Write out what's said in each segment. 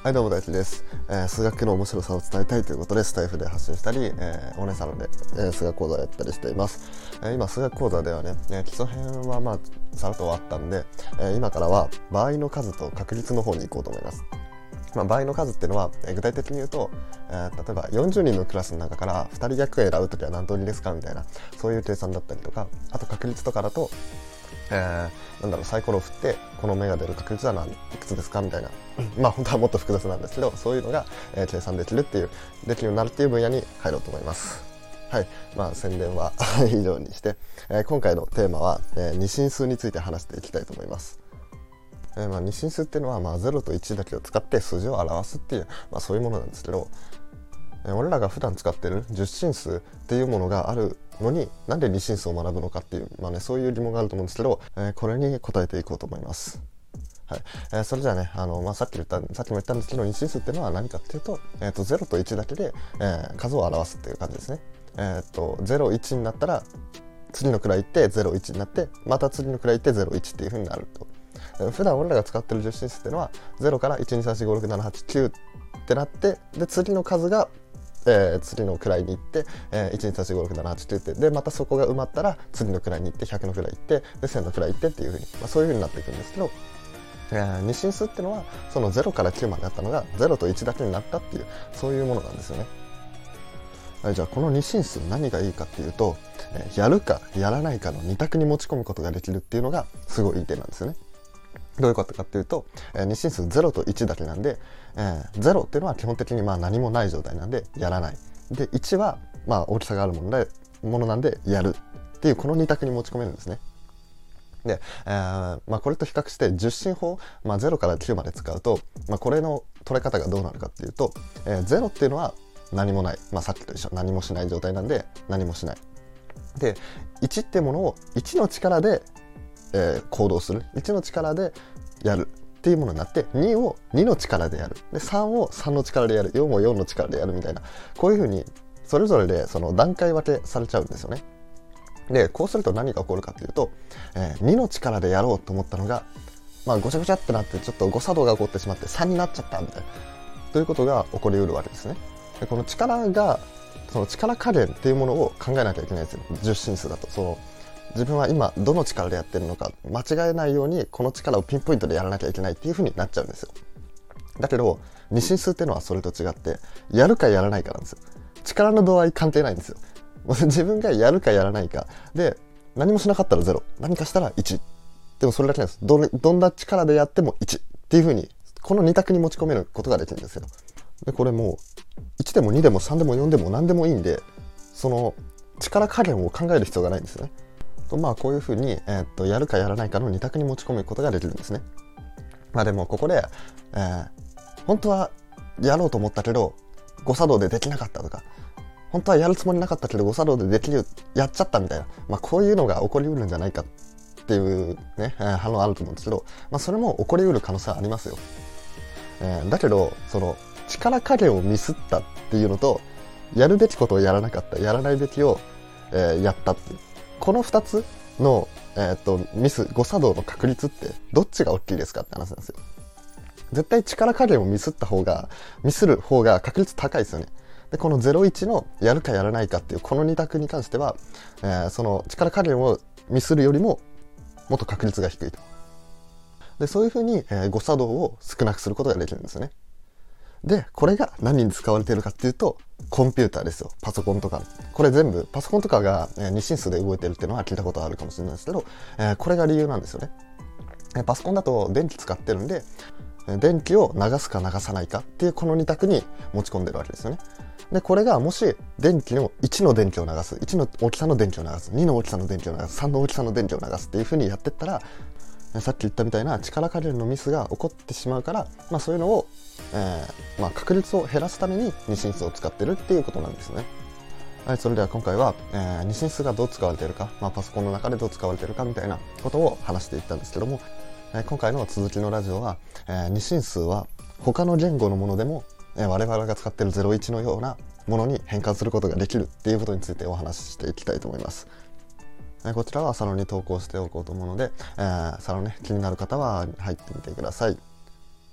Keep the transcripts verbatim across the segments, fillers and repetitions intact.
はい、どうも大輝です、えー、数学の面白さを伝えたいということでスタイフで発信したり、えー、オンラインサロンで、えー、数学講座をやったりしています。えー、今数学講座ではね、えー、基礎編はまあさらっと終わったんで、えー、今からは場合の数と確率の方に行こうと思います。まあ、場合の数っていうのは、えー、具体的に言うと、えー、例えばよんじゅうにんのクラスの中からふたり逆選ぶときは何通りですかみたいな、そういう計算だったりとか、あと確率とかだと、えー、なんだろうサイコロを振ってこの目が出る確率は何いくつですかみたいなまあ本当はもっと複雑なんですけど、そういうのが、えー、計算できるっていうできるようになるっていう分野に入ろうと思います。はい、まあ宣伝は以上にして、えー、今回のテーマは、えー、二進数について話していきたいと思います。えーまあ、二進数っていうのは、まあ、ゼロといちだけを使って数字を表すっていう、まあ、そういうものなんですけど、俺らが普段使ってる十進数っていうものがあるのになんで二進数を学ぶのかっていう、まあね、そういう疑問があると思うんですけど、えー、これに答えていこうと思います。はい、えー、それじゃあね、あの、まあ、さっき言ったさっきも言ったんですけど、二進数っていうのは何かっていうと、えー、とゼロといちだけで、えー、数を表すっていう感じですね。えー、とゼロいちになったら次の位行ってゼロいちになってまた次の位行ってゼロいちっていう風になると。普段俺らが使ってる十進数っていうのはゼロからいちにさんしごろくななはちきゅうってなって、で次の数がえー、次の位に行って、えー、いちにさんしごろくななはちきゅうってでまたそこが埋まったら次の位に行ってひゃくの位行ってでせんの位行ってっていう風に、まあ、そういう風になっていくんですけど、えー、二進数っていうのはそのゼロからきゅうまであったのがゼロといちだけになったっていうそういうものなんですよね。はい、じゃあこの二進数何がいいかっていうと、えー、やるかやらないかの二択に持ち込むことができるっていうのがすごいいい点なんですよね。どういうことかっていうと、えー、二進数ゼロといちだけなんで、えー、ゼロっていうのは基本的にまあ何もない状態なんでやらないで、いちはまあ大きさがあるものでものなんでやるっていうこの二択に持ち込めるんですね。で、えーまあ、これと比較して十進法、まあ、ゼロからきゅうまで使うと、まあ、これの取れ方がどうなるかっていうと、えー、ゼロっていうのは何もない、まあ、さっきと一緒何もしない状態なんで何もしないで、いちっていうものをいちの力でえー、行動するいちの力でやるっていうものになって、にをにの力でやるでさんをさんの力でやるよんをよんの力でやるみたいな、こういう風にそれぞれでその段階分けされちゃうんですよね。でこうすると何が起こるかっていうと、えー、にの力でやろうと思ったのが、まあ、ごちゃごちゃってなってちょっと誤作動が起こってしまってさんになっちゃったみたいなということが起こりうるわけですね。でこの力がその力加減っていうものを考えなきゃいけないんですよ。十進数だとその自分は今どの力でやってるのか間違えないようにこの力をピンポイントでやらなきゃいけないっていう風になっちゃうんですよ。だけど二進数っていうのはそれと違ってやるかやらないかなんですよ。力の度合い関係ないんですよ。自分がやるかやらないかで、何もしなかったらゼロ、何かしたらいち、でもそれだけなんです。 ど, どんな力でやってもいちっていう風にこの二択に持ち込めることができるんですよ。でこれもいちでもにでもさんでもよんでも何でもいいんで、その力加減を考える必要がないんですよね。まあこういうふうに、えー、っとやるかやらないかの二択に持ち込むことができるんですね。まあでもここで、えー、本当はやろうと思ったけど誤作動でできなかったとか、本当はやるつもりなかったけど誤作動でできるやっちゃったみたいな、まあこういうのが起こりうるんじゃないかっていうね、えー、反応あると思うんですけど、まあそれも起こりうる可能性はありますよ。えー、だけどその力加減をミスったっていうのとやるべきことをやらなかったやらないべきを、えー、やったっていうこのふたつの、えー、とミス誤作動の確率ってどっちが大きいですかって話なんですよ。絶対力加減をミスった方がミスる方が確率高いですよね。でこのゼロいちのやるかやらないかっていうこの二択に関しては、えー、その力加減をミスるよりももっと確率が低いと。でそういうふうに、えー、誤作動を少なくすることができるんですよね。でこれが何に使われているかっていうとコンピューターですよ。パソコンとかこれ全部パソコンとかが、えー、二進数で動いてるっていうのは聞いたことあるかもしれないですけど、えー、これが理由なんですよね。えー、パソコンだと電気使ってるんで電気を流すか流さないかっていうこの二択に持ち込んでるわけですよね。でこれがもし電気のいちの電気を流すいちの大きさの電気を流すにの大きさの電気を流すさんの大きさの電気を流すっていう風にやってったら、さっき言ったみたいな力加減のミスが起こってしまうから、まあ、そういうのを、えーまあ、確率を減らすために二進数を使ってるっていうことなんですね。はい、それでは今回は、えー、二進数がどう使われているか、まあ、パソコンの中でどう使われているかみたいなことを話していったんですけども、えー、今回の続きのラジオは、えー、二進数は他の言語のものでも、えー、我々が使っているゼロいちのようなものに変換することができるっていうことについてお話ししていきたいと思います。こちらはサロンに投稿しておこうと思うので、えー、サロンね気になる方は入ってみてください。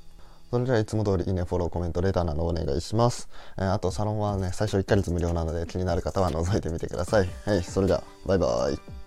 それではいつも通りいいね、フォロー、コメント、レターなどお願いします。えー、あとサロンはね、最初いっかげつ無料なので気になる方は覗いてみてください。はい、それじゃあ、バイバイ。